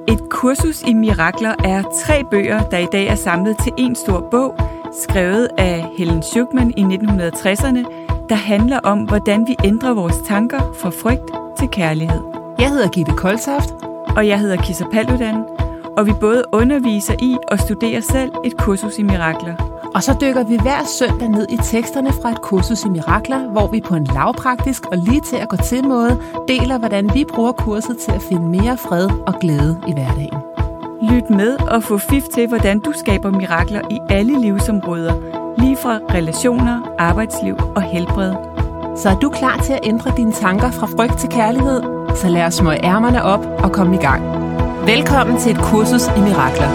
Et kursus i mirakler er 3 bøger, der i dag er samlet til en stor bog, skrevet af Helen Schucman i 1960'erne, der handler om, hvordan vi ændrer vores tanker fra frygt til kærlighed. Jeg hedder Gitte Koltoft. Og jeg hedder Kissa Paludan, og vi både underviser i og studerer selv et kursus i mirakler. Og så dykker vi hver søndag ned i teksterne fra et kursus i mirakler, hvor vi på en lavpraktisk og lige til at gå til måde deler, hvordan vi bruger kurset til at finde mere fred og glæde i hverdagen. Lyt med og få fif til, hvordan du skaber mirakler i alle livsområder, lige fra relationer, arbejdsliv og helbred. Så er du klar til at ændre dine tanker fra frygt til kærlighed? Så lad os smøge ærmerne op og komme i gang. Velkommen til et kursus i mirakler.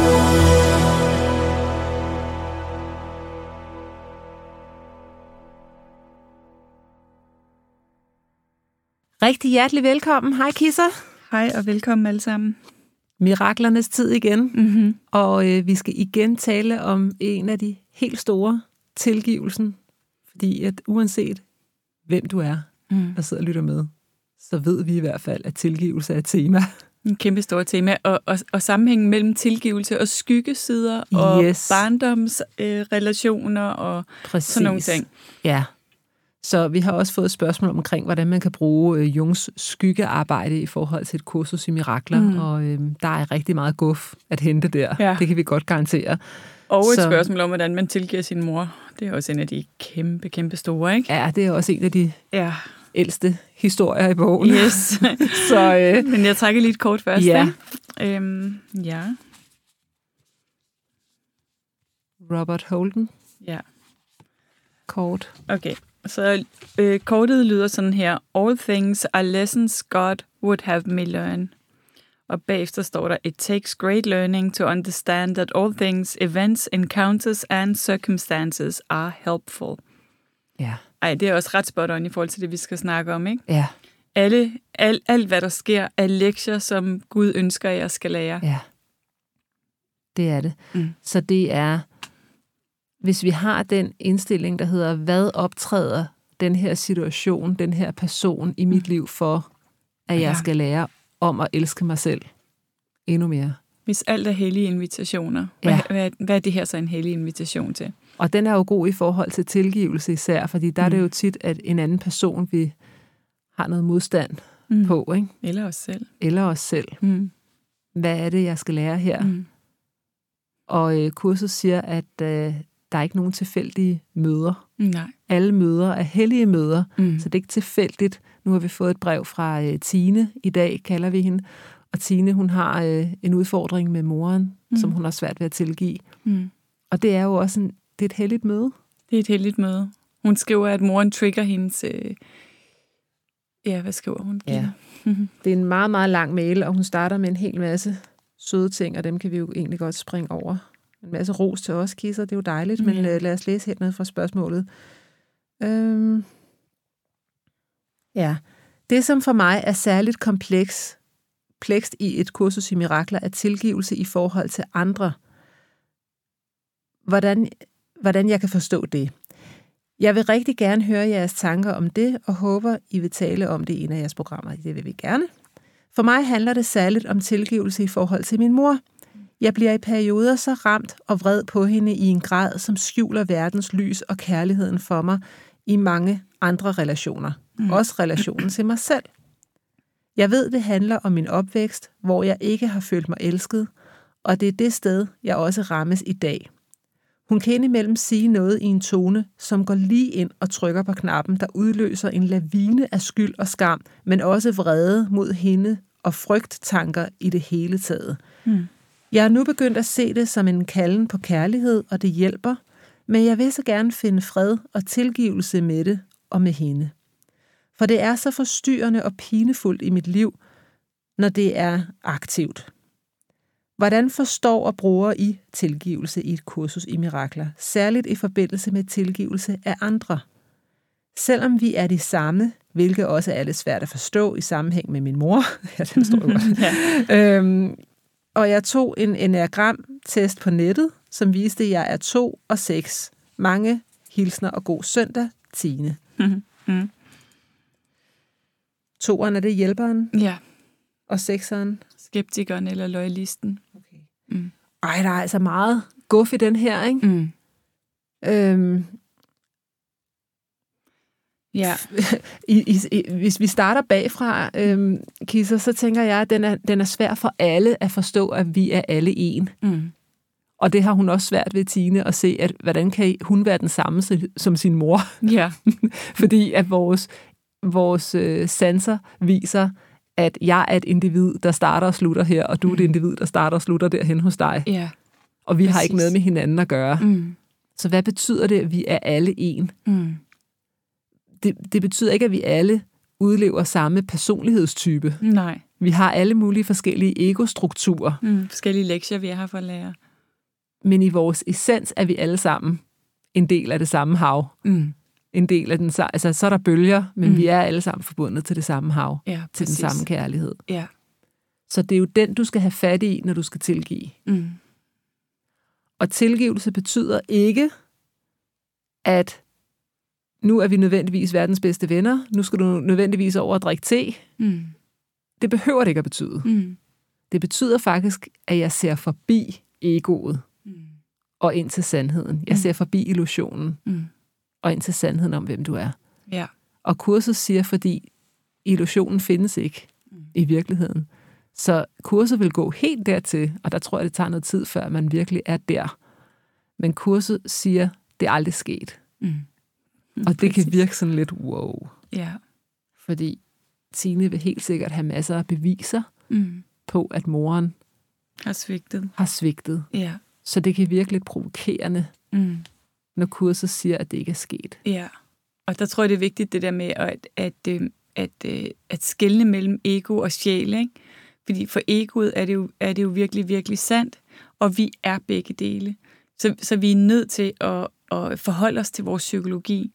Rigtig hjertelig velkommen. Hej Kissa. Hej og velkommen alle sammen. Miraklernes tid igen. Mm-hmm. Og vi skal igen tale om en af de helt store, tilgivelsen. Fordi at uanset hvem du er, der sidder og lytter med, så ved vi i hvert fald, at tilgivelse er et tema. En kæmpe stor tema. Og sammenhængen mellem tilgivelse og skyggesider og barndomsrelationer og sådan nogle ting. Ja. Så vi har også fået spørgsmål omkring, hvordan man kan bruge Jungs skyggearbejde i forhold til et kursus i mirakler. Og der er rigtig meget guf at hente der. Ja. Det kan vi godt garantere. Og et spørgsmål om, hvordan man tilgiver sin mor. Det er også en af de kæmpe store, ikke? Ja, det er også en af de ældste historier i bogen. Yes. Så, men jeg trækker lige et kort først. Ja. Ja. Robert Holden. Ja. Kort. Okay. Så kortet lyder sådan her. All things are lessons God would have me learn. Og bagefter står der, It takes great learning to understand that all things, events, encounters and circumstances are helpful. Ja. Ej, det er også ret spot on i forhold til det, vi skal snakke om, ikke? Ja. Alt hvad der sker, er lektier, som Gud ønsker, at jeg skal lære. Ja. Det er det. Så det er, hvis vi har den indstilling, der hedder, hvad optræder den her situation, den her person i mit liv for, at jeg skal lære om at elske mig selv endnu mere. Hvis alt er hellige invitationer, hvad er det her så en hellig invitation til? Og den er jo god i forhold til tilgivelse især, fordi der er det jo tit, at en anden person, vi har noget modstand på, ikke? Eller os selv. Hvad er det, jeg skal lære her? Og kurset siger, at der er ikke nogen tilfældige møder. Nej. Alle møder er hellige møder, så det er ikke tilfældigt. Nu har vi fået et brev fra Tine, i dag kalder vi hende, og Tine, hun har en udfordring med moren, som hun har svært ved at tilgive. Og det er jo også det er et helligt møde. Det er et helligt møde. Hun skriver, at moren trigger hendes... hvad skriver hun? Ja. Det er en meget, meget lang mail, og hun starter med en hel masse søde ting, og dem kan vi jo egentlig godt springe over. En masse ros til os, Kisser, det er jo dejligt, men lad os læse hernede fra spørgsmålet. Det, som for mig er særligt komplekst i et kursus i mirakler, er tilgivelse i forhold til andre. Hvordan jeg kan forstå det. Jeg vil rigtig gerne høre jeres tanker om det, og håber, I vil tale om det i en af jeres programmer. Det vil vi gerne. For mig handler det særligt om tilgivelse i forhold til min mor. Jeg bliver i perioder så ramt og vred på hende i en grad, som skjuler verdens lys og kærligheden for mig i mange andre relationer. Også relationen til mig selv. Jeg ved, det handler om min opvækst, hvor jeg ikke har følt mig elsket, og det er det sted, jeg også rammes i dag. Hun kan indimellem sige noget i en tone, som går lige ind og trykker på knappen, der udløser en lavine af skyld og skam, men også vrede mod hende og frygttanker i det hele taget. Jeg er nu begyndt at se det som en kalden på kærlighed, og det hjælper, men jeg vil så gerne finde fred og tilgivelse med det og med hende. For det er så forstyrrende og pinefuldt i mit liv, når det er aktivt. Hvordan forstår og bruger I tilgivelse i et kursus i mirakler, særligt i forbindelse med tilgivelse af andre? Selvom vi er de samme, hvilket også er lidt svært at forstå i sammenhæng med min mor. Ja, den står jo godt. Og jeg tog en enneagram-test på nettet, som viste, at jeg er 2 og 6. Mange hilsner og god søndag, Tine. Toeren, er det hjælperen? Ja. Og 6'eren? Skeptikeren eller loyalisten. Okay. Mm. Ej, der er altså meget guf i den her, ikke? Mm. Ja. Hvis vi starter bagfra, Kisser, så tænker jeg, at den er svær for alle at forstå, at vi er alle en. Mm. Og det har hun også svært ved, Tine, at se, at hvordan kan hun være den samme som sin mor? Ja. Fordi at vores sanser viser, at jeg er et individ, der starter og slutter her, og du er et individ, der starter og slutter derhen hos dig. Ja. Og vi har ikke noget med hinanden at gøre. Mm. Så hvad betyder det, at vi er alle en? Mm. Det betyder ikke, at vi alle udlever samme personlighedstype. Nej. Vi har alle mulige forskellige egostrukturer. Forskellige lektier, vi er her for at lære. Men i vores essens er vi alle sammen en del af det samme hav. Mm. En del af den, altså så er der bølger, men vi er alle sammen forbundet til det samme hav. Ja, til den samme kærlighed. Ja. Så det er jo den, du skal have fat i, når du skal tilgive. Mm. Og tilgivelse betyder ikke, at nu er vi nødvendigvis verdens bedste venner. Nu skal du nødvendigvis over at drikke te. Mm. Det behøver det ikke at betyde. Mm. Det betyder faktisk, at jeg ser forbi egoet Mm. og ind til sandheden. Jeg ser forbi illusionen og ind til sandheden om, hvem du er. Ja. Og kurset siger, fordi illusionen findes ikke i virkeligheden. Så kurset vil gå helt dertil, og der tror jeg, det tager noget tid, før man virkelig er der. Men kurset siger, det er aldrig sket. Og det kan virke sådan lidt wow. Ja. Fordi Tine vil helt sikkert have masser af beviser på, at moren har svigtet. Ja. Så det kan virke lidt provokerende, når kurset siger, at det ikke er sket. Ja, og der tror jeg, det er vigtigt det der med at skelne mellem ego og sjæl, ikke? Fordi for egoet er det jo virkelig, virkelig sandt, og vi er begge dele. Så vi er nødt til at forholde os til vores psykologi.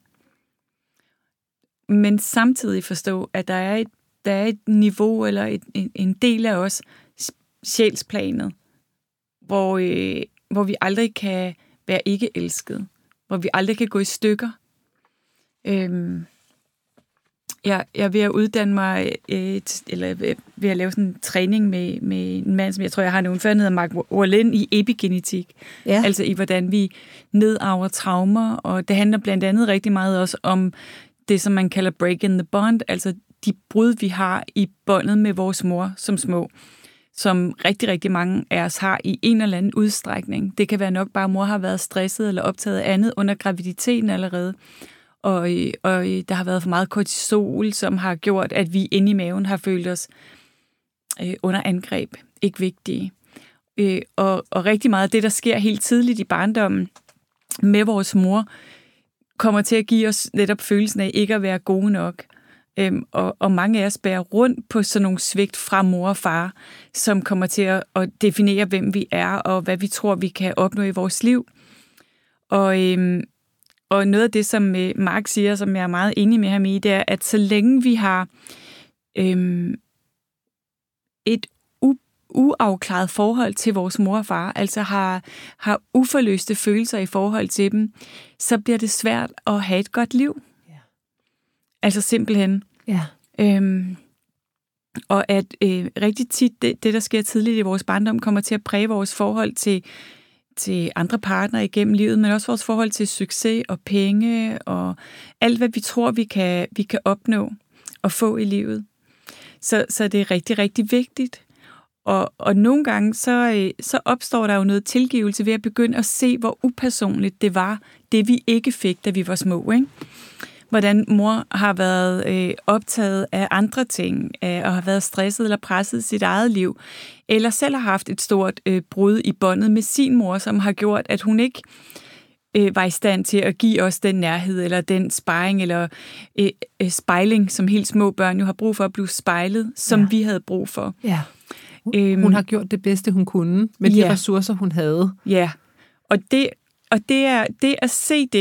Men samtidig forstå, at der er et niveau eller en del af os, sjælsplanet, hvor vi aldrig kan være ikke elsket, hvor vi aldrig kan gå i stykker. Jeg er ved at uddanne mig, eller ved at lave sådan en træning med en mand, som jeg tror, jeg har nævnt før, han hedder Mark Orlin, i epigenetik. Ja. Altså i, hvordan vi nedarver traumer, og det handler blandt andet rigtig meget også om det, som man kalder break in the bond, altså de brud, vi har i båndet med vores mor som små, som rigtig, rigtig mange af os har i en eller anden udstrækning. Det kan være nok bare, at mor har været stresset eller optaget af andet under graviditeten allerede, og der har været for meget kortisol, som har gjort, at vi inde i maven har følt os under angreb, ikke vigtige. Og rigtig meget af det, der sker helt tidligt i barndommen med vores mor, kommer til at give os netop følelsen af ikke at være gode nok. Og mange af os bærer rundt på sådan nogle svigt fra mor og far, som kommer til at definere, hvem vi er, og hvad vi tror, vi kan opnå i vores liv. Og noget af det, som Mark siger, som jeg er meget enig med ham i, det er, at så længe vi har et uafklaret forhold til vores mor og far, altså har uforløste følelser i forhold til dem, så bliver det svært at have et godt liv. Yeah. Altså simpelthen. Yeah. Og at rigtig tit, det der sker tidligt i vores barndom, kommer til at præge vores forhold til andre partnere igennem livet, men også vores forhold til succes og penge og alt, hvad vi tror, vi kan opnå og få i livet. Så det er rigtig, rigtig vigtigt. Og nogle gange, så opstår der jo noget tilgivelse ved at begynde at se, hvor upersonligt det var, det vi ikke fik, da vi var små, ikke? Hvordan mor har været optaget af andre ting, og har været stresset eller presset i sit eget liv, eller selv har haft et stort brud i båndet med sin mor, som har gjort, at hun ikke var i stand til at give os den nærhed, eller den sparring, eller spejling, som helt små børn jo har brug for at blive spejlet, som vi havde brug for. Ja. Hun har gjort det bedste, hun kunne, med de ressourcer, hun havde. Ja, og det at se det,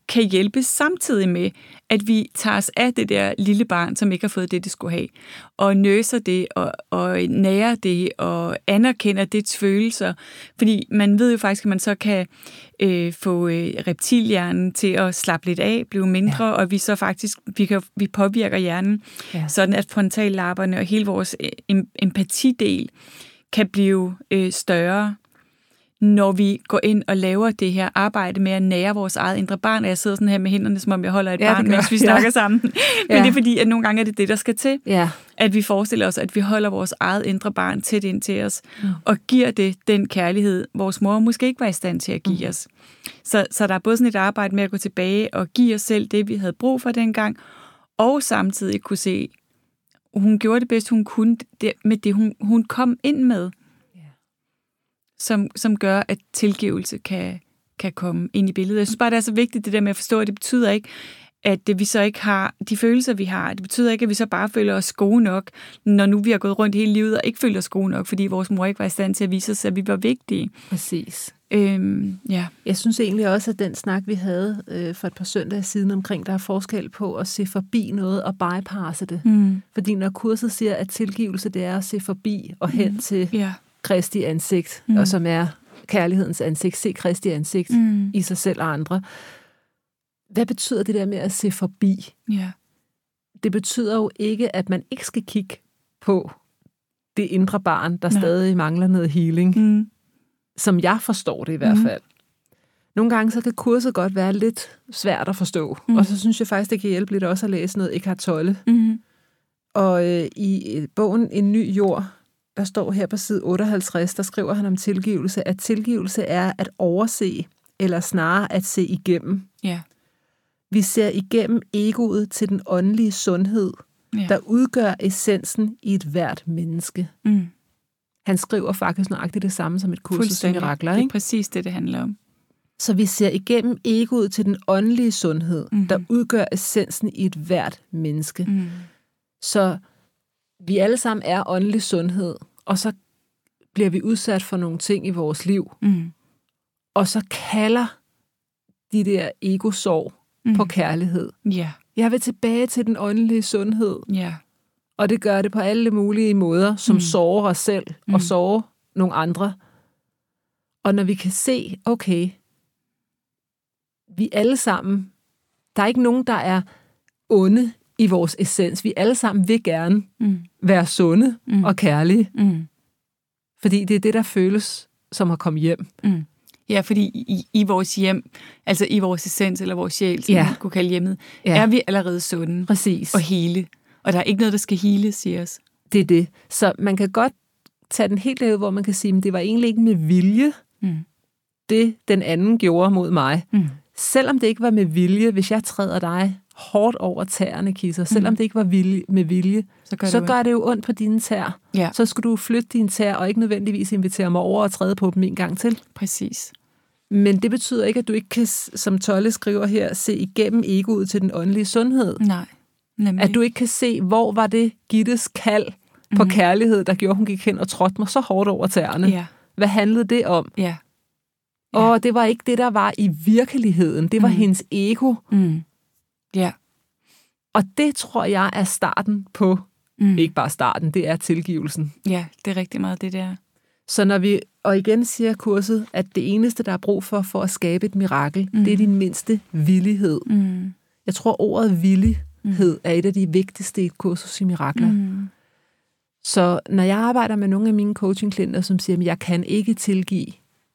kan hjælpe samtidig med, at vi tager os af det der lille barn, som ikke har fået det skulle have, og nøser det, og nærer det, og anerkender dets følelser. Fordi man ved jo faktisk, at man så kan få reptilhjernen til at slappe lidt af, blive mindre, og vi så faktisk vi påvirker hjernen, sådan at frontallapperne og hele vores empatidel kan blive større, når vi går ind og laver det her arbejde med at nære vores eget indre barn. Og jeg sidder sådan her med hænderne, som om jeg holder et barn, mens vi snakker sammen. Men det er fordi, at nogle gange er det, der skal til. Ja. At vi forestiller os, at vi holder vores eget indre barn tæt ind til os, og giver det den kærlighed, vores mor måske ikke var i stand til at give os. Så der er både sådan et arbejde med at gå tilbage og give os selv det, vi havde brug for dengang, og samtidig kunne se, hun gjorde det bedst, hun kunne med det, hun kom ind med. Som gør, at tilgivelse kan komme ind i billedet. Jeg synes bare, det er så vigtigt, det der med at forstå, at det betyder ikke, at vi så ikke har de følelser, vi har. Det betyder ikke, at vi så bare føler os gode nok, når nu vi har gået rundt hele livet og ikke føler os gode nok, fordi vores mor ikke var i stand til at vise os, at vi var vigtige. Præcis. Jeg synes egentlig også, at den snak, vi havde for et par søndage siden omkring, der er forskel på at se forbi noget og bypasse det. Fordi når kurset siger, at tilgivelse, det er at se forbi og hen til Kristi ansigt, og som er kærlighedens ansigt, se Kristi ansigt i sig selv og andre. Hvad betyder det der med at se forbi? Ja. Det betyder jo ikke, at man ikke skal kigge på det indre barn, der stadig mangler noget healing. Som jeg forstår det i hvert fald. Nogle gange så kan kurset godt være lidt svært at forstå, og så synes jeg faktisk, det kan hjælpe lidt også at læse noget Eckhart Tolle. Og i bogen En ny jord, der står her på side 58, der skriver han om tilgivelse, at tilgivelse er at overse, eller snarere at se igennem. Ja. Vi ser igennem egoet til den åndelige sundhed, der udgør essensen i et hvert menneske. Han skriver faktisk nøjagtigt det samme som et kursus i mirakler. Det er præcis det handler om. Så vi ser igennem egoet til den åndelige sundhed, der udgør essensen i et hvert menneske. Så vi alle sammen er åndelig sundhed, og så bliver vi udsat for nogle ting i vores liv. Og så kalder de der egosorg på kærlighed. Jeg vil tilbage til den åndelige sundhed. Og det gør det på alle mulige måder, som sårer os selv og sårer nogle andre. Og når vi kan se, okay, vi alle sammen, der er ikke nogen, der er onde i vores essens. Vi alle sammen vil gerne være sunde og kærlige. Fordi det er det, der føles som at komme hjem. Ja, fordi i vores hjem, altså i vores essens eller vores sjæl, som man kunne kalde hjemmet, er vi allerede sunde. Præcis. Og hele. Og der er ikke noget, der skal hele, siger os. Det er det. Så man kan godt tage den helt derud, hvor man kan sige, at det var egentlig ikke med vilje, det den anden gjorde mod mig. Selvom det ikke var med vilje, hvis jeg træder dig hårdt over tæerne, Kisser, selvom det ikke var med vilje, så gør det jo ondt på dine tær. Ja. Så skal du flytte dine tær, og ikke nødvendigvis invitere mig over og træde på dem en gang til. Præcis. Men det betyder ikke, at du ikke kan, som Tolle skriver her, se igennem egoet til den åndelige sundhed. Nej, nemlig. At du ikke kan se, hvor var det Gittes kald på kærlighed, der gjorde, hun gik hen og trådte mig så hårdt over tæerne. Ja. Hvad handlede det om? Ja. Og det var ikke det, der var i virkeligheden. Det var hendes ego. Ja. Og det tror jeg er starten på, ikke bare starten, det er tilgivelsen. Ja, det er rigtig meget det der. Så når vi, og igen siger kurset, at det eneste, der er brug for at skabe et mirakel, det er din mindste villighed. Jeg tror, ordet villighed er et af de vigtigste i et kursus i mirakler. Så når jeg arbejder med nogle af mine coachingklienter, som siger, at jeg kan ikke tilgive,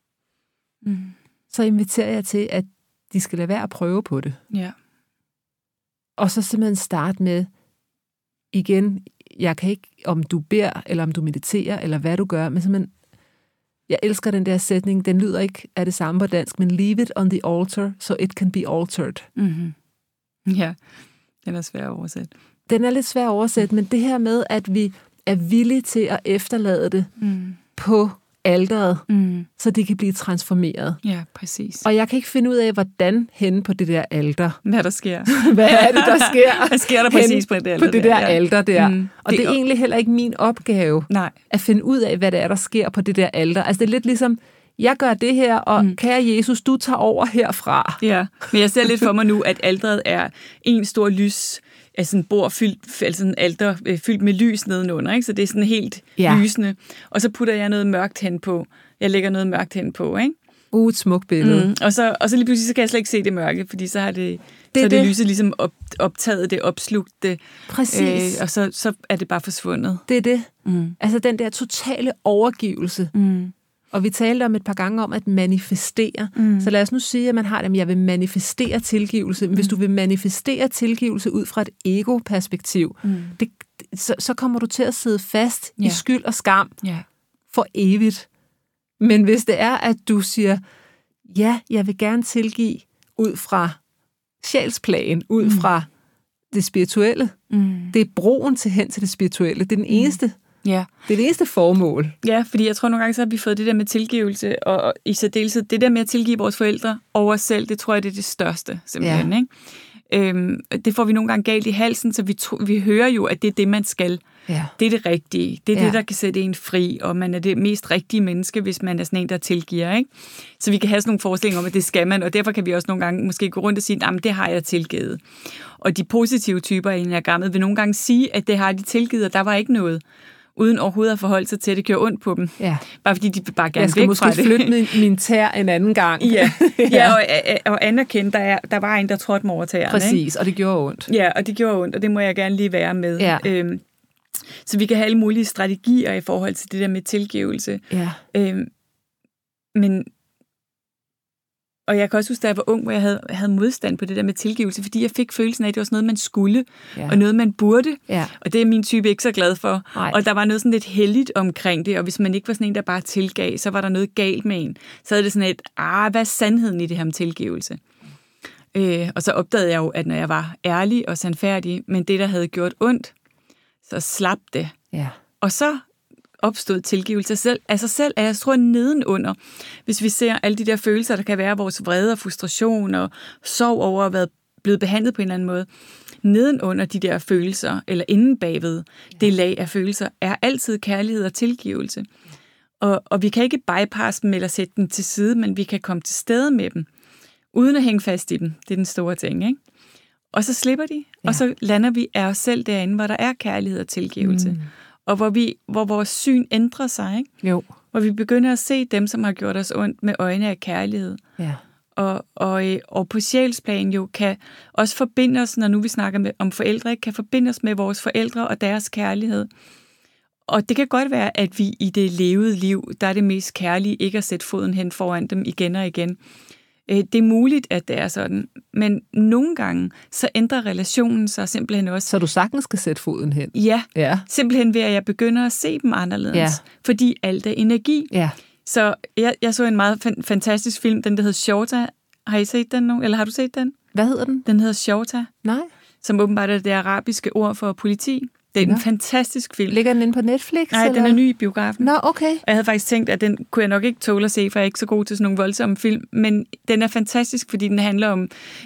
så inviterer jeg til, at de skal lade være at prøve på det. Ja. Og så simpelthen starte med, igen, jeg kan ikke, om du beder, eller om du mediterer, eller hvad du gør, men simpelthen, jeg elsker den der sætning, den lyder ikke af det samme på dansk, men leave it on the altar, so it can be altered. Ja, den er svær at oversætte. Den er lidt svær at oversætte, men det her med, at vi er villige til at efterlade det på alteret, så det kan blive transformeret. Ja, præcis. Og jeg kan ikke finde ud af, hvordan henne på det der alter. Hvad der sker. Hvad er det, der sker? Hvad sker der præcis på det alter? På det der alter der. Og det er egentlig heller ikke min opgave at finde ud af, hvad det er, der sker på det der alter. Altså det er lidt ligesom jeg gør det her, og kære Jesus, du tager over herfra. Ja, men jeg ser lidt for mig nu, at alteret er en stor lys, altså en bord fyldt, altså en alter fyldt med lys nedenunder, ikke? Så det er sådan helt lysende. Og så putter jeg noget mørkt hen på. Jeg lægger noget mørkt hen på, ikke? Et smukt billede. Og så lige pludselig så kan jeg slet ikke se det mørke, fordi så har det lyset ligesom optaget det, opslugt det. Præcis. Og så er det bare forsvundet. Det er det. Altså den der totale overgivelse. Og vi talte om et par gange om at manifestere. Så lad os nu sige, at man har dem, jeg vil manifestere tilgivelse. Hvis du vil manifestere tilgivelse ud fra et ego-perspektiv, så kommer du til at sidde fast i skyld og skam for evigt. Men hvis det er, at du siger, ja, jeg vil gerne tilgive ud fra sjælsplan, ud fra det spirituelle. Det er broen hen til det spirituelle. Det er den eneste. Ja. Det er det eneste formål. Ja, fordi jeg tror nogle gange, så har vi fået det der med tilgivelse, og i særdeleshed det der med at tilgive vores forældre og os selv, det tror jeg, det er det største, simpelthen. Ikke? Det får vi nogle gange galt i halsen, så vi hører jo, at det er det, man skal. Ja. Det er det rigtige. Det er det, der kan sætte en fri, og man er det mest rigtige menneske, hvis man er sådan en, der tilgiver. Ikke? Så vi kan have sådan nogle forestillinger om, at det skal man, og derfor kan vi også nogle gange måske gå rundt og sige, at det har jeg tilgivet. Og de positive typer i enagrammet vil nogle gange sige, at det har de tilgivet, og der var ikke noget, uden overhovedet at forholde sig til, at det gjorde ondt på dem. Ja. Bare fordi de bare gerne væk fra det. Jeg skal måske flytte min tær en anden gang. Og anerkende, der var en, der trådte mig over tæerne. Præcis, og det gjorde ondt. Ja, og det gjorde ondt, og det må jeg gerne lige være med. Ja. Så vi kan have alle mulige strategier i forhold til det der med tilgivelse. Ja. Og jeg kan også huske, da jeg var ung, hvor jeg havde modstand på det der med tilgivelse, fordi jeg fik følelsen af, at det var sådan noget, man skulle, og noget, man burde. Ja. Og det er min type ikke så glad for. Nej. Og der var noget sådan lidt helligt omkring det, og hvis man ikke var sådan en, der bare tilgav, så var der noget galt med en. Så havde det sådan et, hvad er sandheden i det her med tilgivelse? Og så opdagede jeg jo, at når jeg var ærlig og sandfærdig, men det, der havde gjort ondt, så slap det. Ja. Og så opstod tilgivelse selv. Altså selv er jeg tror nedenunder, hvis vi ser alle de der følelser, der kan være vores vrede og frustration og sorg over at være blevet behandlet på en eller anden måde. Nedenunder de der følelser, eller inden bagved det lag af følelser, er altid kærlighed og tilgivelse. Og vi kan ikke bypasse dem eller sætte dem til side, men vi kan komme til stede med dem, uden at hænge fast i dem. Det er den store ting, ikke? Og så slipper de, og så lander vi af os selv derinde, hvor der er kærlighed og tilgivelse. Og hvor vores syn ændrer sig, ikke? Jo. Hvor vi begynder at se dem, som har gjort os ondt, med øjne af kærlighed. Ja. Og på sjælsplan jo kan også forbinde os, når nu vi snakker om forældre, kan forbinde os med vores forældre og deres kærlighed. Og det kan godt være, at vi i det levede liv, der er det mest kærlige ikke at sætte foden hen foran dem igen og igen. Det er muligt, at det er sådan, men nogle gange, så ændrer relationen sig simpelthen også. Så du sagtens skal sætte foden hen? Ja. Simpelthen ved, at jeg begynder at se dem anderledes, fordi alt er energi. Ja. Så jeg så en meget fantastisk film, den der hedder Shorta. Har I set den nu? Eller har du set den? Hvad hedder den? Den hedder Shorta. Nej. Som åbenbart er det arabiske ord for politi. Det er en fantastisk film. Ligger den inde på Netflix? Nej, den er ny i biografen. Nå, okay. Og jeg havde faktisk tænkt, at den kunne jeg nok ikke tåle at se, for jeg er ikke så god til sådan nogle voldsomme film. Men den er fantastisk, fordi den handler om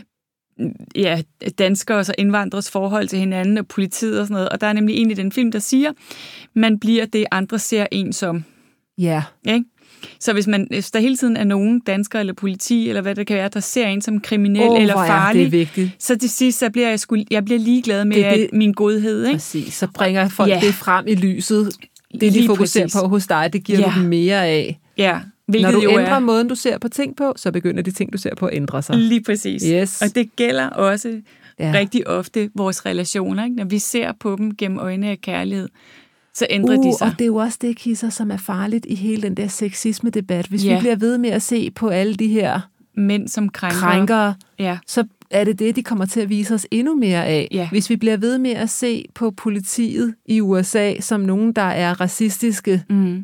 danskere og indvandrers forhold til hinanden og politiet og sådan noget. Og der er nemlig en i den film, der siger, man bliver det, andre ser en som. Ja. Ikke? Så hvis der hele tiden er nogen danskere eller politi, eller hvad det kan være, der ser en som kriminel eller farlig, så til sidst så bliver jeg bliver ligeglad med min godhed. Ikke? Præcis, så bringer folk det frem i lyset. Det de fokuserer på hos dig, det giver du dem mere af. Ja. Når du ændrer måden, du ser på ting på, så begynder de ting, du ser på, at ændre sig. Lige præcis. Yes. Og det gælder også rigtig ofte vores relationer, ikke? Når vi ser på dem gennem øjne af kærlighed, så ændrer de sig. Og det er jo også det, Kisser, som er farligt i hele den der sexisme-debat. Hvis vi bliver ved med at se på alle de her mænd som krænkere, så er det, de kommer til at vise os endnu mere af. Ja. Hvis vi bliver ved med at se på politiet i USA som nogen, der er racistiske,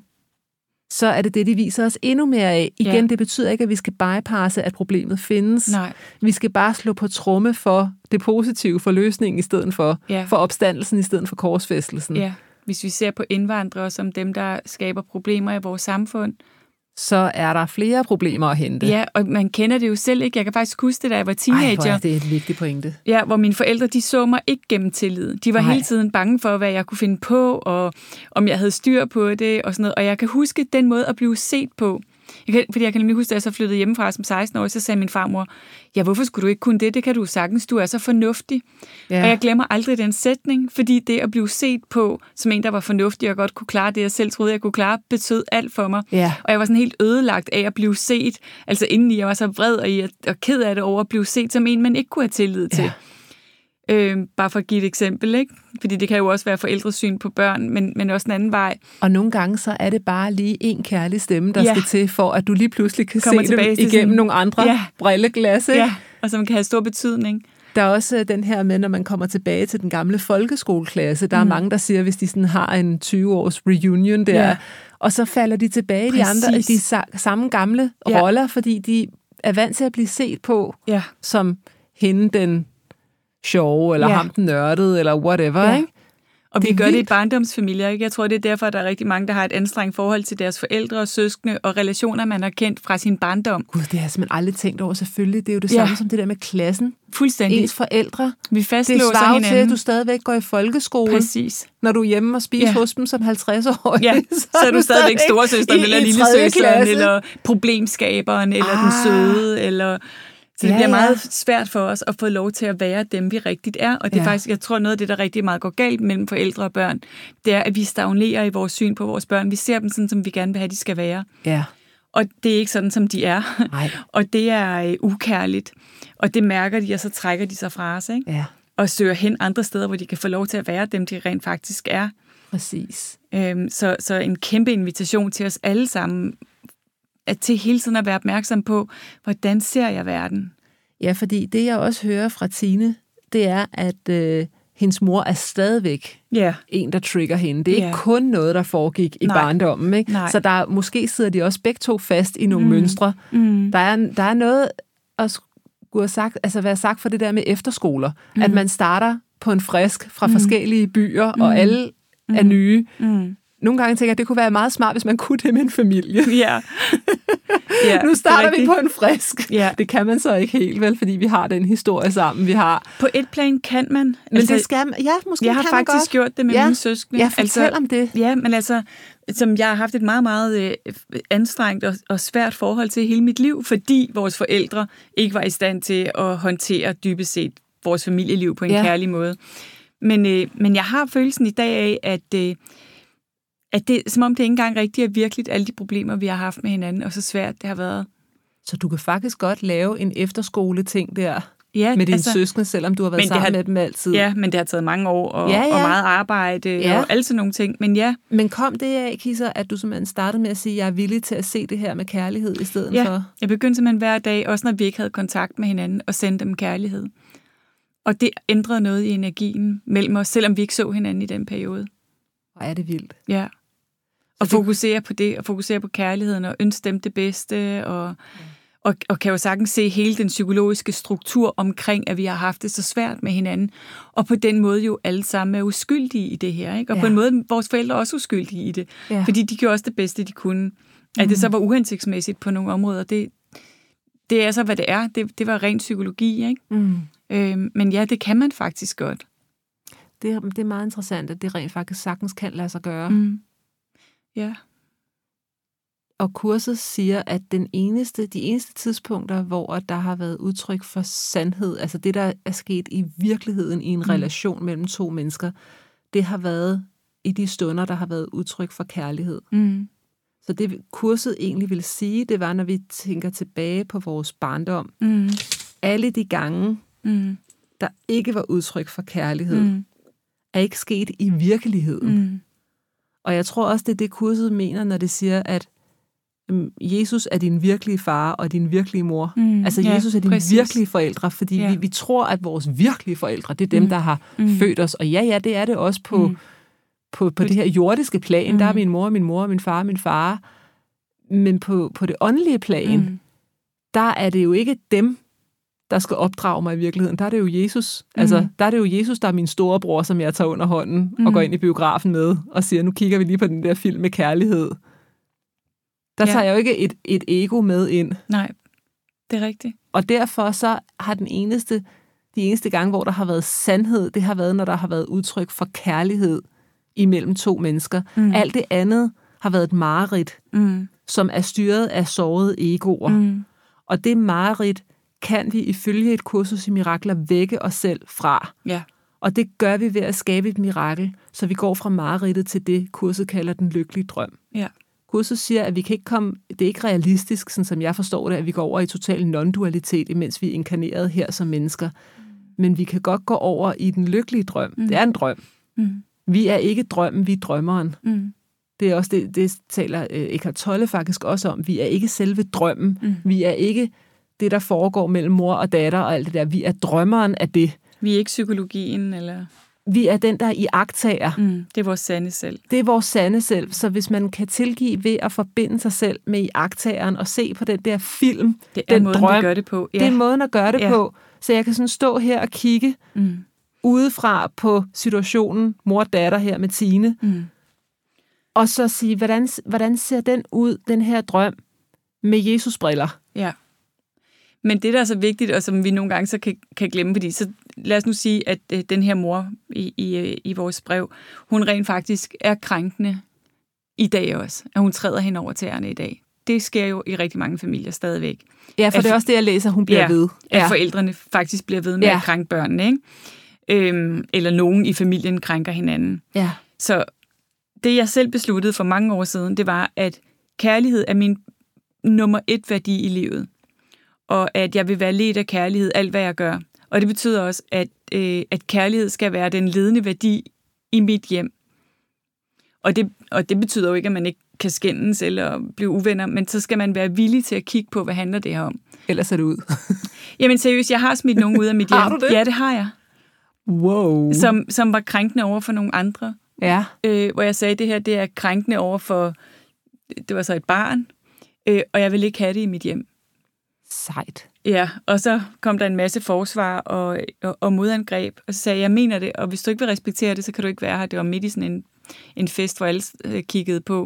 så er det, de viser os endnu mere af. Igen, det betyder ikke, at vi skal bypasse, at problemet findes. Nej. Vi skal bare slå på tromme for det positive, for løsningen i stedet for opstandelsen, i stedet for korsfæstelsen. Ja. Hvis vi ser på indvandrere som dem, der skaber problemer i vores samfund, så er der flere problemer at hente. Ja, og man kender det jo selv ikke. Jeg kan faktisk huske det, da jeg var teenager. Det er et vigtigt pointe. Ja, hvor mine forældre, de så mig ikke gennem tillid. De var hele tiden bange for, hvad jeg kunne finde på, og om jeg havde styr på det, og sådan noget. Og jeg kan huske den måde at blive set på. Fordi jeg kan nemlig huske, da jeg så flyttede hjemmefra som 16 år, så sagde min farmor, ja, hvorfor skulle du ikke kunne det? Det kan du sagtens. Du er så fornuftig. Ja. Og jeg glemmer aldrig den sætning, fordi det at blive set på som en, der var fornuftig og godt kunne klare det, jeg selv troede, jeg kunne klare, betød alt for mig. Ja. Og jeg var sådan helt ødelagt af at blive set. Altså indeni, jeg var så vred og ked af det over at blive set som en, man ikke kunne have tillid til. Ja. Bare for at give et eksempel, ikke? Fordi det kan jo også være forældres syn på børn, men også en anden vej. Og nogle gange så er det bare lige en kærlig stemme, der skal til, for at du lige pludselig kan se dem igennem sådan nogle andre brilleglas, ikke? Ja, og som kan have stor betydning. Der er også den her med, når man kommer tilbage til den gamle folkeskoleklasse, der er mange, der siger, hvis de sådan har en 20-års reunion der, og så falder de tilbage i de samme gamle roller, fordi de er vant til at blive set på som hende den sjove, eller ham den nørdede, eller whatever, ikke? Og vi gør det i barndomsfamilier, ikke? Jeg tror, det er derfor, at der er rigtig mange, der har et anstrengt forhold til deres forældre og søskende, og relationer, man har kendt fra sin barndom. Gud, det har jeg simpelthen aldrig tænkt over, selvfølgelig. Det er jo det samme som det der med klassen. Fuldstændig. Ens forældre. Vi fastlåser hinanden. Det svarer til, at du stadigvæk går i folkeskole. Præcis. Når du er hjemme og spiser hos dem som 50-årig. Ja, så er du stadigvæk storesøsteren, eller lillesøsteren, eller problemskaberen, eller den søde, eller... Så det bliver meget svært for os at få lov til at være dem, vi rigtigt er. Og det er faktisk, jeg tror, noget af det, der rigtig meget går galt mellem forældre og børn, det er, at vi stagnerer i vores syn på vores børn. Vi ser dem sådan, som vi gerne vil have, de skal være. Ja. Og det er ikke sådan, som de er. Nej. Og det er ukærligt. Og det mærker de, og så trækker de sig fra os, ikke? Ja. Og søger hen andre steder, hvor de kan få lov til at være dem, de rent faktisk er. Præcis. Så en kæmpe invitation til os alle sammen, at til hele tiden at være opmærksom på, hvordan ser jeg verden? Ja, fordi det, jeg også hører fra Tine, det er, at hendes mor er stadigvæk en, der trigger hende. Det er ikke kun noget, der foregik i barndommen. Ikke? Så der måske sidder de også begge to fast i nogle mønstre. Der er noget at skulle have sagt, altså være sagt for det der med efterskoler. At man starter på en frisk fra forskellige byer, og alle er nye. Nogle gange tænker jeg, at det kunne være meget smart, hvis man kunne det med en familie. Ja. Nu starter vi på en frisk. Ja. Det kan man så ikke helt, vel, fordi vi har den historie sammen, vi har. På et plan kan man. Men altså, det skal man. Ja, måske jeg har faktisk gjort det med mine søskende. Ja, fortæl om det. Ja, men altså, som jeg har haft et meget, meget anstrengt og svært forhold til hele mit liv, fordi vores forældre ikke var i stand til at håndtere dybest set vores familieliv på en kærlig måde. Men jeg har følelsen i dag af, at det, som om det ikke engang rigtigt er virkeligt, alle de problemer, vi har haft med hinanden, og så svært det har været. Så du kan faktisk godt lave en efterskole-ting der med dine søskende, selvom du har været sammen med dem altid. Ja, men det har taget mange år, og meget arbejde, og alle sådan nogle ting, men ja. Men kom det af, Kisser, at du simpelthen startede med at sige, at jeg er villig til at se det her med kærlighed i stedet for? Jeg begyndte simpelthen hver dag, også når vi ikke havde kontakt med hinanden, og sendte dem kærlighed. Og det ændrede noget i energien mellem os, selvom vi ikke så hinanden i den periode. Hvor er det vildt. Ja. Og fokusere på det, og fokusere på kærligheden, og ønske dem det bedste, og kan jo sagtens se hele den psykologiske struktur omkring, at vi har haft det så svært med hinanden, og på den måde jo alle sammen er uskyldige i det her, ikke? Og på en måde vores forældre også uskyldige i det, fordi de gjorde også det bedste, de kunne. At det så var uhensigtsmæssigt på nogle områder, det er så, hvad det er. Det var ren psykologi, ikke? Men ja, det kan man faktisk godt. Det er meget interessant, at det rent faktisk sagtens kan lade sig gøre. Ja. Og kurset siger, at de eneste tidspunkter, hvor der har været udtryk for sandhed, altså det, der er sket i virkeligheden i en relation mellem to mennesker, det har været i de stunder, der har været udtryk for kærlighed. Så det kurset egentlig vil sige, det var, når vi tænker tilbage på vores barndom. Alle de gange, der ikke var udtryk for kærlighed, er ikke sket i virkeligheden. Og jeg tror også, det er det, kurset mener, når det siger, at Jesus er din virkelige far og din virkelige mor. Altså Jesus er din virkelige forældre, fordi vi tror, at vores virkelige forældre, det er dem, der har født os. Og ja, det er det også på det her jordiske plan. Der er min mor, min far. Men på det åndelige plan, der er det jo ikke dem, der skal opdrage mig i virkeligheden. Der er det jo Jesus. Altså, der er det jo Jesus, der er min storebror, som jeg tager under hånden og går ind i biografen med og siger, nu kigger vi lige på den der film med kærlighed. Der tager jeg jo ikke et ego med ind. Nej, det er rigtigt. Og derfor så har de eneste gange, hvor der har været sandhed, det har været, når der har været udtryk for kærlighed imellem to mennesker. Alt det andet har været et mareridt. som er styret af sårede egoer. Mm. Og det mareridt kan vi ifølge et kursus i mirakler vække os selv fra. Ja. Og det gør vi ved at skabe et mirakel, så vi går fra mareridtet til det, kurset kalder den lykkelige drøm. Ja. Kurset siger, at vi kan ikke komme, det er ikke realistisk, sådan som jeg forstår det, at vi går over i total non-dualitet, imens vi er inkarneret her som mennesker. Men vi kan godt gå over i den lykkelige drøm. Det er en drøm. Vi er ikke drømmen, vi er drømmeren. Det er også det taler Eckhart Tolle faktisk også om. Vi er ikke selve drømmen. Vi er ikke det, der foregår mellem mor og datter og alt det der. Vi er drømmeren af det. Vi er ikke psykologien, eller... Vi er den, der iagttager. Det er vores sande selv. Det er vores sande selv. Så hvis man kan tilgive ved at forbinde sig selv med iagttageren og se på den der film, det er den måden, drøm, vi gør det på. Ja. Det er måden at gøre det på. Så jeg kan sådan stå her og kigge udefra på situationen, mor og datter her med Tine, og så sige, hvordan ser den ud, den her drøm, med Jesus-briller? Ja. Men det, der er så vigtigt, og som vi nogle gange så kan glemme, fordi så lad os nu sige, at den her mor i vores brev, hun rent faktisk er krænkende i dag også, at hun træder hen over tæerne i dag. Det sker jo i rigtig mange familier stadigvæk. Ja, for det er også det, jeg læser, hun bliver ved. At forældrene faktisk bliver ved med at krænke børnene, ikke? Eller nogen i familien krænker hinanden. Ja. Så det, jeg selv besluttede for mange år siden, det var, at kærlighed er min nummer 1 værdi i livet. Og at jeg vil være ledt af kærlighed, alt hvad jeg gør. Og det betyder også, at kærlighed skal være den ledende værdi i mit hjem. Og det betyder jo ikke, at man ikke kan skændes eller blive uvenner, men så skal man være villig til at kigge på, hvad handler det her om. Ellers er det ud. Jamen seriøst, jeg har smidt nogen ud af mit hjem. Har du det? Ja, det har jeg. Wow. Som var krænkende over for nogle andre. Ja. Hvor jeg sagde, at det her det er krænkende over for, det var så et barn, og jeg vil ikke have det i mit hjem. Sejt. Ja, og så kom der en masse forsvar og modangreb, og så sagde jeg mener det, og hvis du ikke vil respektere det, så kan du ikke være her. Det var midt i sådan en fest, hvor alle kiggede på.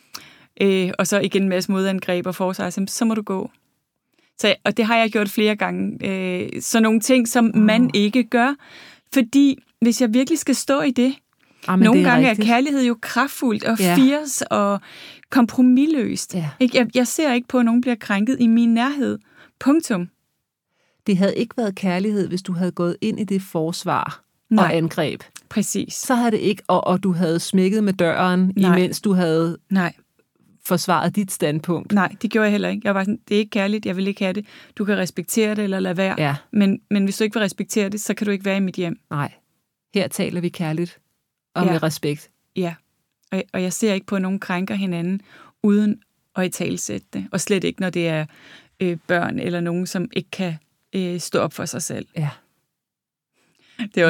Og så igen en masse modangreb og forsvar, så må du gå. Og det har jeg gjort flere gange. Så nogle ting, som man ikke gør, fordi hvis jeg virkelig skal stå i det, nogle gange er kærlighed jo kraftfuldt og fierce og kompromisløst. Ja. Jeg ser ikke på, at nogen bliver krænket i min nærhed. Punktum. Det havde ikke været kærlighed, hvis du havde gået ind i det forsvar og angreb. Præcis. Så havde det ikke, og du havde smækket med døren, imens du havde forsvaret dit standpunkt. Nej, det gjorde jeg heller ikke. Jeg var sådan, det er ikke kærligt, jeg vil ikke have det. Du kan respektere det eller lade være. Ja. Men hvis du ikke vil respektere det, så kan du ikke være i mit hjem. Nej. Her taler vi kærligt og med respekt. Ja. Og jeg ser ikke på, at nogen krænker hinanden uden at italesætte det. Og slet ikke, når det er børn eller nogen, som ikke kan stå op for sig selv. Ja. Det er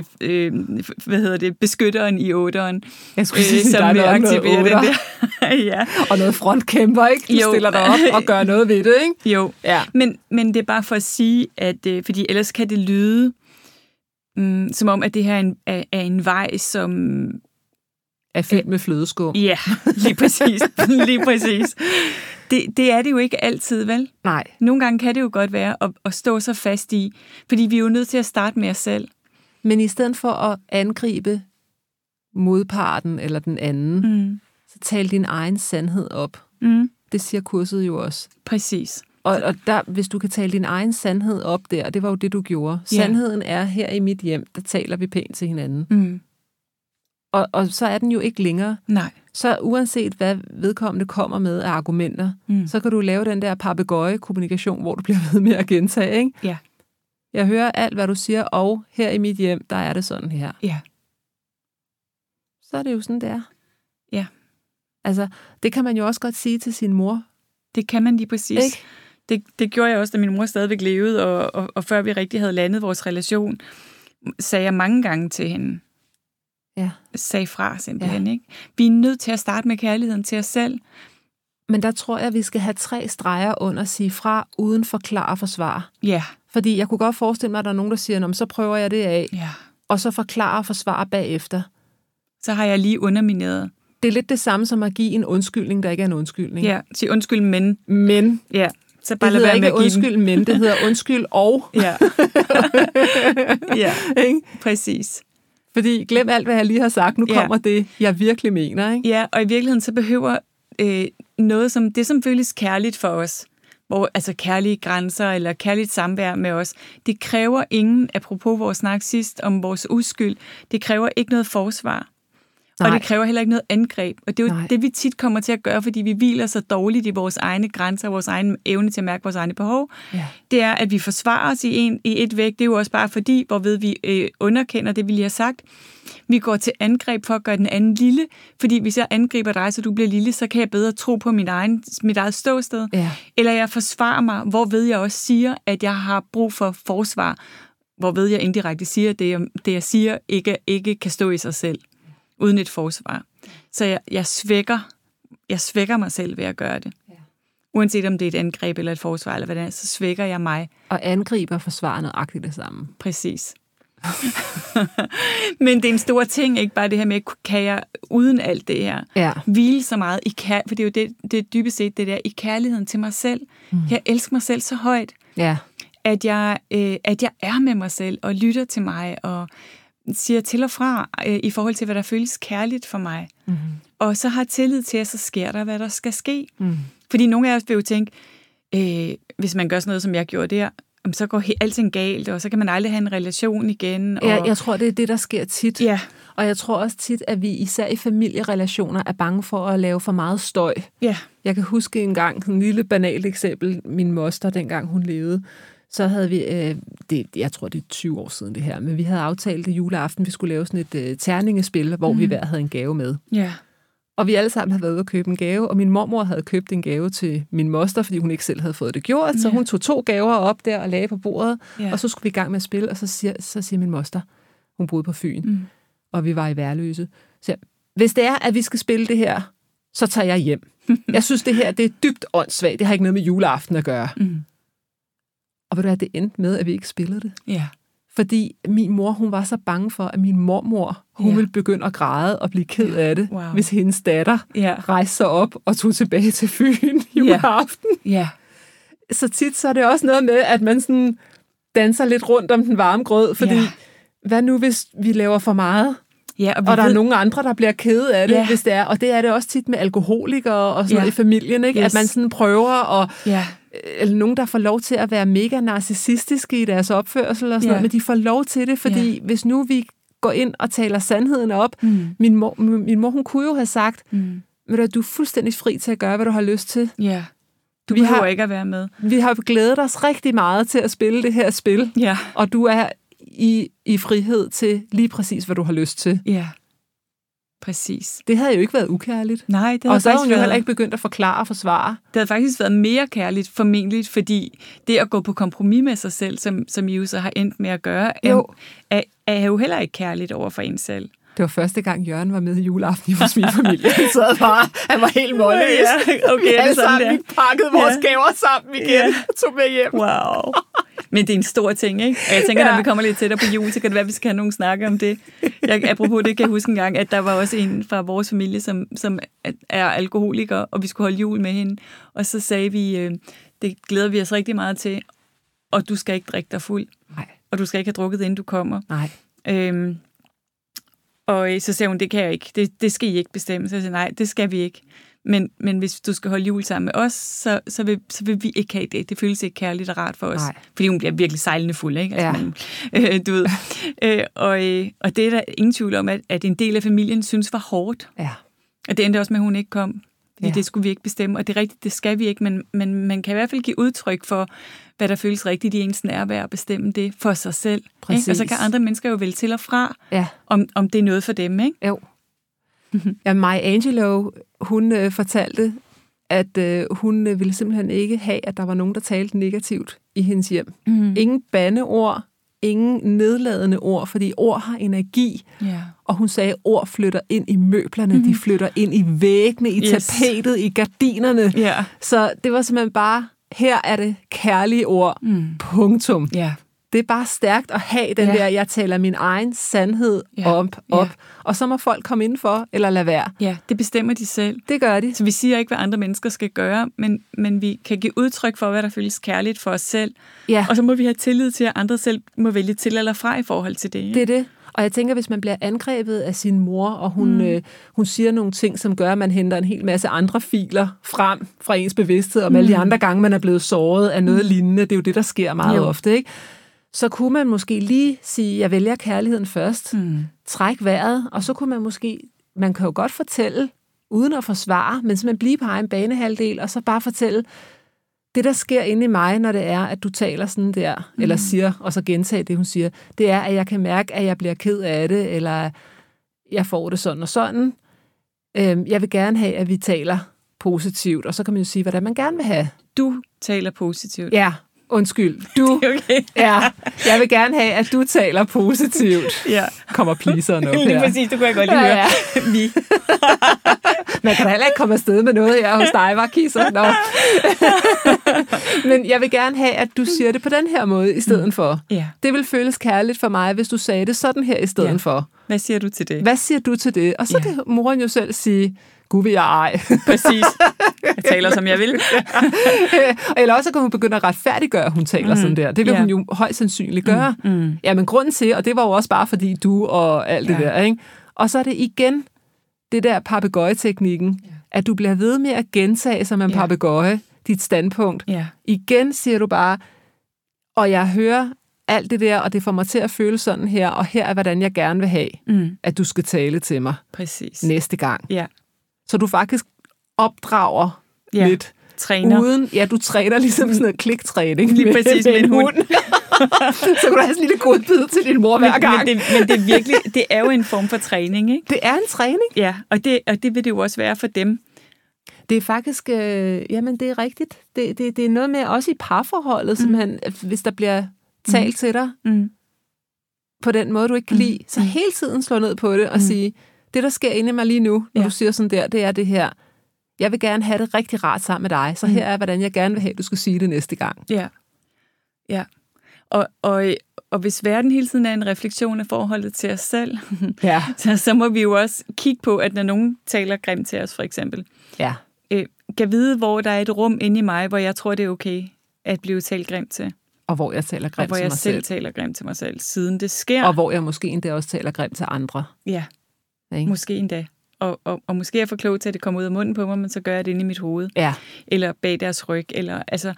også, beskytteren i 8'eren, jeg skulle sige, som vil aktivere den der. Ja. Og noget frontkæmper, ikke? Du stiller dig op og gør noget ved det, ikke? Jo, ja. Men det er bare for at sige, at fordi ellers kan det lyde, som om, at det her er en vej, som er fyldt med flødeskum. Ja, lige præcis. Lige præcis. Det er det jo ikke altid, vel? Nej. Nogle gange kan det jo godt være at stå så fast i, fordi vi er jo nødt til at starte med os selv. Men i stedet for at angribe modparten eller den anden, så tal din egen sandhed op. Det siger kurset jo også. Præcis. Og der, hvis du kan tale din egen sandhed op der, det var jo det, du gjorde. Sandheden er her i mit hjem, der taler vi pænt til hinanden. Og så er den jo ikke længere. Nej. Så uanset hvad vedkommende kommer med af argumenter, så kan du lave den der papegøje-kommunikation, hvor du bliver ved med at gentage, ikke? Ja. Jeg hører alt, hvad du siger, og her i mit hjem, der er det sådan her. Ja. Så er det jo sådan, det er. Ja. Altså, det kan man jo også godt sige til sin mor. Det kan man lige præcis. Det gjorde jeg også, da min mor stadigvæk levede, og før vi rigtig havde landet vores relation, sagde jeg mange gange til hende. Ja. Sagde fra simpelthen, ikke? Vi er nødt til at starte med kærligheden til os selv. Men der tror jeg, at vi skal have 3 streger under at sige fra, uden forklare og forsvare. Ja. Fordi jeg kunne godt forestille mig, at der er nogen, der siger, så prøver jeg det af, og så forklare og forsvare bagefter. Så har jeg lige undermineret. Det er lidt det samme som at give en undskyldning, der ikke er en undskyldning. Ja, sige undskyld, men. Men. Ja. Så bare det hedder ikke undskyld, men det hedder undskyld og. Ja. Ja, præcis. Fordi glem alt, hvad jeg lige har sagt. Nu kommer det, jeg virkelig mener, ikke? Ja, og i virkeligheden så behøver noget, som føles kærligt for os, altså kærlige grænser eller kærligt samvær med os, det kræver ingen, apropos vores snak sidst om vores uskyld, det kræver ikke noget forsvar. Nej. Og det kræver heller ikke noget angreb. Og det er jo det, vi tit kommer til at gøre, fordi vi hviler så dårligt i vores egne grænser, vores egen evne til at mærke vores egne behov. Ja. Det er, at vi forsvarer os i et væk. Det er jo også bare fordi, hvorved vi underkender det, vi lige har sagt. Vi går til angreb for at gøre den anden lille, fordi hvis jeg angriber dig, så du bliver lille, så kan jeg bedre tro på mit eget ståsted. Ja. Eller jeg forsvarer mig, hvorved jeg også siger, at jeg har brug for forsvar. Hvorved jeg indirekte siger, at det jeg siger, ikke kan stå i sig selv. Uden et forsvar. Så jeg svækker mig selv ved at gøre det. Ja. Uanset om det er et angreb eller et forsvar, eller hvad det er, så svækker jeg mig. Og angriber og forsvarer nøjagtigt det samme. Præcis. Men det er en stor ting, ikke bare det her med, kan jeg uden alt det her, hvile så meget, for det er jo det dybest set det der, i kærligheden til mig selv. Jeg elsker mig selv så højt, at jeg er med mig selv, og lytter til mig, og siger til og fra i forhold til, hvad der føles kærligt for mig. Mm-hmm. Og så har tillid til, at så sker der, hvad der skal ske. Mm. Fordi nogle af os vil jo tænke, hvis man gør sådan noget, som jeg gjorde der, så går alting galt, og så kan man aldrig have en relation igen. Og... Ja, jeg tror, det er det, der sker tit. Ja. Og jeg tror også tit, at vi især i familierelationer er bange for at lave for meget støj. Ja. Jeg kan huske en gang, en lille banalt eksempel, min moster, dengang hun levede, så havde vi, jeg tror det er 20 år siden det her, men vi havde aftalt det juleaften, vi skulle lave sådan et terningespil, hvor vi hver havde en gave med. Ja. Og vi alle sammen havde været ude at købe en gave, og min mormor havde købt en gave til min moster, fordi hun ikke selv havde fået det gjort, så hun tog 2 gaver op der og lagde på bordet, og så skulle vi i gang med at spille, og så siger min moster, hun boede på Fyn, og vi var i Værløse, så hvis det er, at vi skal spille det her, så tager jeg hjem. Jeg synes, det her det er dybt åndssvagt, det har ikke noget med juleaften at gøre. Og ved du hvad, det endte med, at vi ikke spillede det. Ja. Fordi min mor, hun var så bange for, at min mormor, hun ville begynde at græde og blive ked af det, hvis hendes datter rejste sig op og tog tilbage til Fyn juleaften. Ja. Så tit så er det også noget med, at man sådan danser lidt rundt om den varme grød, fordi hvad nu, hvis vi laver for meget? Ja, og der er nogle andre, der bliver kede af det, hvis det er. Og det er det også tit med alkoholikere og sådan noget i familien, ikke? At man sådan prøver at... eller nogen, der får lov til at være mega narcissistiske i deres opførsel og sådan noget, men de får lov til det, fordi hvis nu vi går ind og taler sandheden op, min mor, hun kunne jo have sagt, du er fuldstændig fri til at gøre, hvad du har lyst til. Ja. Du behøver ikke at være med. Vi har glædet os rigtig meget til at spille det her spil, og du er i frihed til lige præcis, hvad du har lyst til. Ja. Præcis. Det havde jo ikke været ukærligt. Nej, det havde og så har hun jo heller ikke begyndt at forklare og forsvare. Det havde faktisk været mere kærligt, formentlig, fordi det at gå på kompromis med sig selv, som I jo så har endt med at gøre, er jo heller ikke kærligt over for en selv. Det var første gang, Jørgen var med i juleaften hos min familie. Han var helt målløs. Ja, okay, alle sammen, vi pakkede vores gaver sammen igen og tog med hjem. Wow. Men det er en stor ting, ikke? Og jeg tænker, når vi kommer lidt tættere på jul, så kan det være, at vi skal have nogen snakke om det. Apropos det, kan jeg huske en gang, at der var også en fra vores familie, som er alkoholiker, og vi skulle holde jul med hende. Og så sagde vi, det glæder vi os rigtig meget til, og du skal ikke drikke dig fuld. Nej. Og du skal ikke have drukket, inden du kommer. Nej. Og så sagde hun, det kan jeg ikke. Det skal I ikke bestemme. Så jeg sagde, nej, det skal vi ikke. Men hvis du skal holde jul sammen med os, så vil vi ikke have det. Det føles ikke kærligt og rart for os. Nej. Fordi hun bliver virkelig sejlende fuld, ikke? Altså, du ved. Og det er der ingen tvivl om, at en del af familien synes var hårdt. Ja. Og det endte også med, at hun ikke kom. Fordi det skulle vi ikke bestemme. Og det er rigtigt, det skal vi ikke. Men man kan i hvert fald give udtryk for, hvad der føles rigtigt i ens nærvær at bestemme det for sig selv. Ikke? Og så kan andre mennesker jo vælge til og fra, om det er noget for dem, ikke? Jo. Ja, Maya Angelou, hun fortalte, at hun ville simpelthen ikke have, at der var nogen, der talte negativt i hendes hjem. Ingen bandeord, ingen nedladende ord, fordi ord har energi. Yeah. Og hun sagde, at ord flytter ind i møblerne, de flytter ind i væggene, i tapetet, i gardinerne. Yeah. Så det var simpelthen bare, her er det kærlige ord, punktum. Yeah. Det er bare stærkt at have den der, jeg taler min egen sandhed op. Og så må folk komme indenfor, eller lade være. Ja, det bestemmer de selv. Det gør de. Så vi siger ikke, hvad andre mennesker skal gøre, men vi kan give udtryk for, hvad der føles kærligt for os selv. Ja. Og så må vi have tillid til, at andre selv må vælge til eller fra i forhold til det. Ikke? Det er det. Og jeg tænker, hvis man bliver angrebet af sin mor, og hun siger nogle ting, som gør, at man henter en hel masse andre filer frem fra ens bevidsthed, om alle de andre gange, man er blevet såret af noget lignende. Det er jo det, der sker meget ofte, ikke? Så kunne man måske lige sige, jeg vælger kærligheden først, træk vejret, og så kunne man måske, man kan jo godt fortælle, uden at forsvare, men simpelthen blive på egen banehalvdel, og så bare fortælle, det der sker inde i mig, når det er, at du taler sådan der, eller siger, og så gentage det, hun siger, det er, at jeg kan mærke, at jeg bliver ked af det, eller jeg får det sådan og sådan. Jeg vil gerne have, at vi taler positivt, og så kan man jo sige, hvordan man gerne vil have. Du taler positivt. Ja, undskyld. Du. Okay. Ja, jeg vil gerne have, at du taler positivt. Ja. Kommer pleaseren op her. Lige præcis, du kunne jeg godt lige høre. Vi. Man kan da heller ikke komme afsted med noget her hos dig, var Kisser. Nå. Men jeg vil gerne have, at du siger det på den her måde i stedet for. Ja. Det vil føles kærligt for mig, hvis du sagde det sådan her i stedet for. Hvad siger du til det? Hvad siger du til det? Og så kan moren jo selv sige, gud vil jeg ej. Præcis. Jeg taler, som jeg vil. Eller også kan hun begynde at retfærdiggøre, at hun taler sådan der. Det vil hun jo højst sandsynligt gøre. Ja, men grunden til, og det var jo også bare fordi du og alt det der, ikke? Og så er det igen det der papegøjeteknikken, at du bliver ved med at gentage som en papegøje dit standpunkt. Igen siger du bare, og jeg hører alt det der, og det får mig til at føle sådan her, og her er, hvordan jeg gerne vil have, at du skal tale til mig næste gang. Ja. Så du faktisk opdrager lidt. Træner. Uden, du træner ligesom sådan noget kliktræning. Lige præcis med en hund. Så kan du have sådan en lille godbid til din mor hver gang. Men det er virkelig, det er jo en form for træning, ikke? Det er en træning. Ja, og det vil det jo også være for dem. Det er faktisk, jamen det er rigtigt. Det er noget med, også i parforholdet, simpelthen, hvis der bliver talt til dig, på den måde, du ikke kan lide, så hele tiden slå ned på det og sige, det der sker inde i mig lige nu, når du siger sådan der, det er det her. Jeg vil gerne have det rigtig rart sammen med dig, så her er, hvordan jeg gerne vil have, du skal sige det næste gang. Ja, ja. Og hvis verden hele tiden er en refleksion af forholdet til os selv, så må vi jo også kigge på, at når nogen taler grimt til os, for eksempel, kan vide, hvor der er et rum inde i mig, hvor jeg tror, det er okay at blive talt grimt til. Og hvor jeg taler grimt til mig selv. Og hvor jeg selv taler grimt til mig selv, siden det sker. Og hvor jeg måske endda også taler grimt til andre. Ja, måske endda. Og måske er jeg for klog til, at det kommer ud af munden på mig, men så gør jeg det inde i mit hoved. Ja. Eller bag deres ryg. Eller, altså,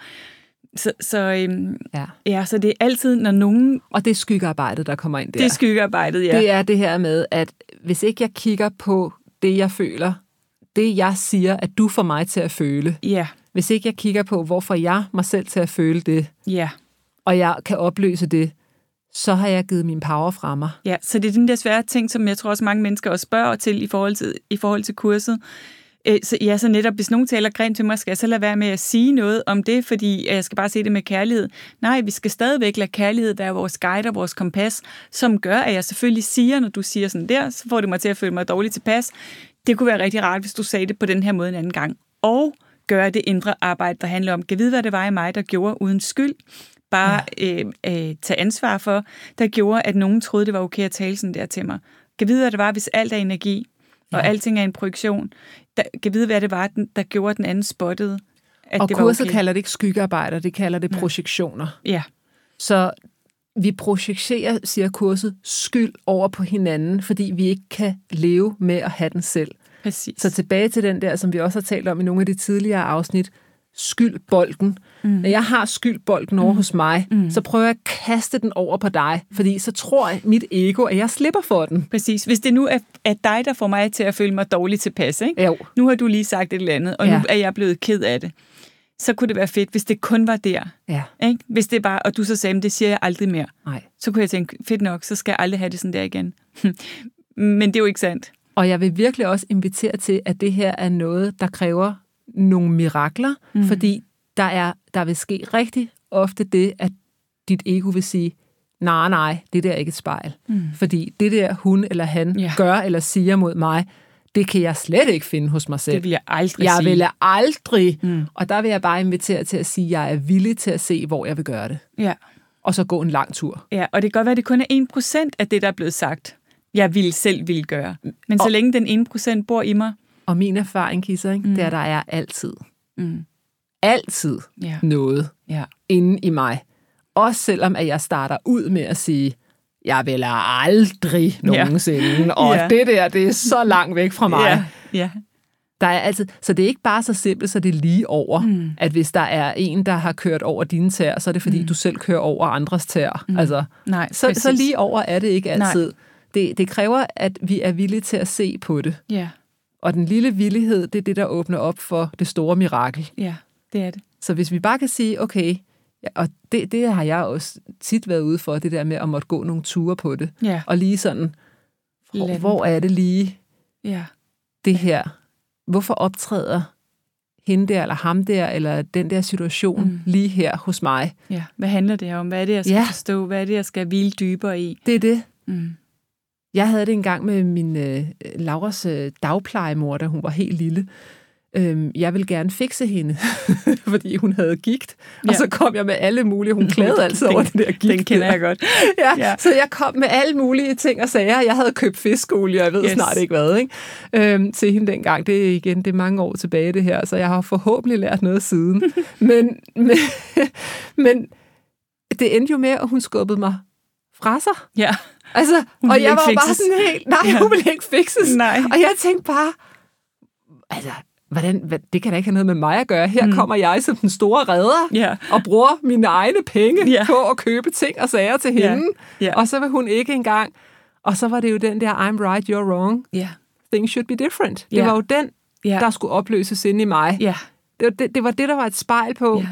så det er altid, når nogen... Og det er skyggearbejdet, der kommer ind der. Det er skyggearbejdet, ja. Det er det her med, at hvis ikke jeg kigger på det, jeg føler, det jeg siger, at du får mig til at føle. Ja. Hvis ikke jeg kigger på, hvorfor jeg mig selv til at føle det, og jeg kan opløse det, så har jeg givet min power fra mig. Ja, så det er den der svære ting, som jeg tror også mange mennesker også spørger til i forhold til kurset. Så netop, hvis nogen taler grimt til mig, skal jeg så lade være med at sige noget om det, fordi jeg skal bare se det med kærlighed. Nej, vi skal stadigvæk lade kærlighed, der er vores guide og vores kompas, som gør, at jeg selvfølgelig siger, når du siger sådan der, så får det mig til at føle mig dårligt tilpas. Det kunne være rigtig rart, hvis du sagde det på den her måde en anden gang. Og gøre det indre arbejde, der handler om, kan vide, hvad det var i mig, der gjorde uden skyld. Bare tage ansvar for, der gjorde, at nogen troede, det var okay at tale sådan der til mig. Kan vide, hvad det var, hvis alt er energi, og alting er en projektion. Kan vide, hvad det var, der gjorde, den anden spottede, at og det var kurset okay. kalder det ikke skyggearbejder, det kalder det projektioner. Ja. Så vi projicerer, siger kurset, skyld over på hinanden, fordi vi ikke kan leve med at have den selv. Præcis. Så tilbage til den der, som vi også har talt om i nogle af de tidligere afsnit, skyldbolden. Når jeg har skyldbolden over hos mig, så prøver jeg at kaste den over på dig, fordi så tror mit ego, at jeg slipper for den. Præcis. Hvis det nu er dig, der får mig til at føle mig dårligt tilpas, ikke? Jo. Nu har du lige sagt et eller andet, og nu er jeg blevet ked af det. Så kunne det være fedt, hvis det kun var der. Ja. Ikke? Hvis det bare, og du så sagde, det siger jeg aldrig mere. Nej. Så kunne jeg tænke, fedt nok, så skal jeg aldrig have det sådan der igen. Men det er jo ikke sandt. Og jeg vil virkelig også invitere til, at det her er noget, der kræver nogle mirakler, fordi der vil ske rigtig ofte det, at dit ego vil sige, nej, det der er ikke et spejl. Fordi det der hun eller han gør eller siger mod mig, det kan jeg slet ikke finde hos mig selv. Det vil jeg aldrig sige. Jeg vil aldrig. Og der vil jeg bare invitere til at sige, at jeg er villig til at se, hvor jeg vil gøre det. Ja. Og så gå en lang tur. Ja, og det kan godt være, at det kun er 1% af det, der er blevet sagt, jeg selv vil gøre. Men så længe den 1% bor i mig. Og min erfaring, Kisser, det er, der er altid. Altid noget inde i mig. Også selvom at jeg starter ud med at sige, jeg vil aldrig nogensinde, og det er så langt væk fra mig. Ja. Der er altid, så det er ikke bare så simpelt, så det er lige over, at hvis der er en, der har kørt over dine tæer, så er det fordi, du selv kører over andres tæer. Altså, Nej, så lige over er det ikke altid. Det kræver, at vi er villige til at se på det. Ja. Og den lille villighed, det er det, der åbner op for det store mirakel. Ja, det er det. Så hvis vi bare kan sige, okay, og det har jeg også tit været ude for, det der med at måtte gå nogle ture på det. Ja. Og lige sådan, hvor er det lige det her? Hvorfor optræder hende der, eller ham der, eller den der situation lige her hos mig? Ja, hvad handler det om? Hvad er det, jeg skal forstå? Hvad er det, jeg skal hvile dybere i? Det er det. Jeg havde det engang med min Lauras dagplejemor, da hun var helt lille. Jeg ville gerne fikse hende, fordi hun havde gigt. Og så kom jeg med alle mulige, hun klagede altid over det der gigt. Den kender jeg godt. Så jeg kom med alle mulige ting og sager. Jeg havde købt fiskolie, og jeg ved snart ikke hvad, ikke? Til hende dengang. Det er mange år tilbage det her, så jeg har forhåbentlig lært noget siden. men det endte jo med, at hun skubbede mig fra sig. Ja. Altså, og jeg var bare sådan helt, hun ville ikke fikses. Nej. Og jeg tænkte bare, altså, det kan da ikke have noget med mig at gøre. Her kommer jeg som den store redder og bruger mine egne penge på at købe ting og sager til hende. Og så vil hun ikke engang. Og så var det jo den der, I'm right, you're wrong. Things should be different. Det var jo den, der skulle opløses inde i mig. Det var det, der var et spejl på.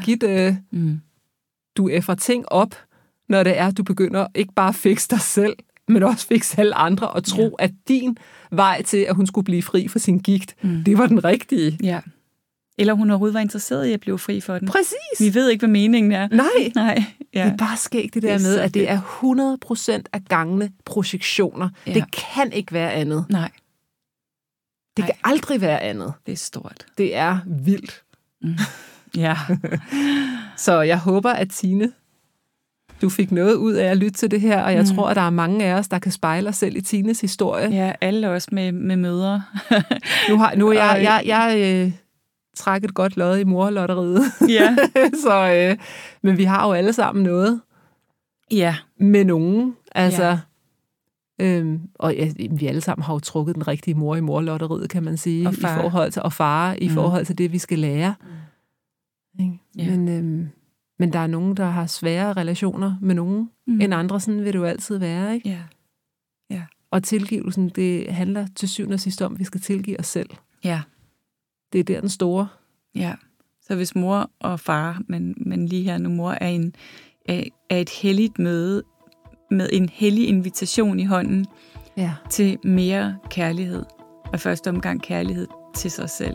Du effer ting op, når det er, du begynder ikke bare at fikse dig selv, men også fikse alle andre, og tro, at din vej til, at hun skulle blive fri for sin gigt, det var den rigtige. Ja. Eller hun overhovedet var interesseret i at blive fri for den. Præcis. Vi ved ikke, hvad meningen er. Nej. Ja. Det er bare skægt det der med, at det er 100% af gangene projektioner. Ja. Det kan ikke være andet. Nej. Det kan aldrig være andet. Det er stort. Det er vildt. Ja. Så jeg håber, at Tine, du fik noget ud af at lytte til det her, og jeg tror, at der er mange af os, der kan spejle os selv i Tines historie. Ja, alle også med mødre. nu er jeg træk et godt lod i morlotteriet. Ja. Så, men vi har jo alle sammen noget. Ja. Med nogen. Altså, og vi alle sammen har jo trukket den rigtige mor i morlotteriet, kan man sige. Og far. I forhold til, og far, i forhold til det, vi skal lære. Ja. Men der er nogen, der har svære relationer med nogen end andre. Sådan vil det jo altid være, ikke? Ja. Og tilgivelsen, det handler til syvende og sidst om, at vi skal tilgive os selv. Ja. Det er der den store. Ja. Så hvis mor og far, men lige her nu mor, er et helligt møde med en hellig invitation i hånden til mere kærlighed. Og første omgang kærlighed til sig selv.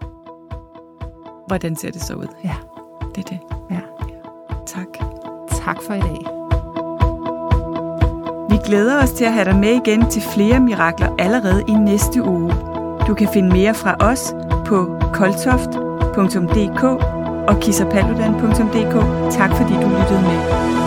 Hvordan ser det så ud? Ja. Det er det. Ja. Tak. Tak for i dag. Vi glæder os til at have dig med igen til flere mirakler allerede i næste uge. Du kan finde mere fra os på koltoft.dk og kissapaludan.dk. Tak fordi du lyttede med.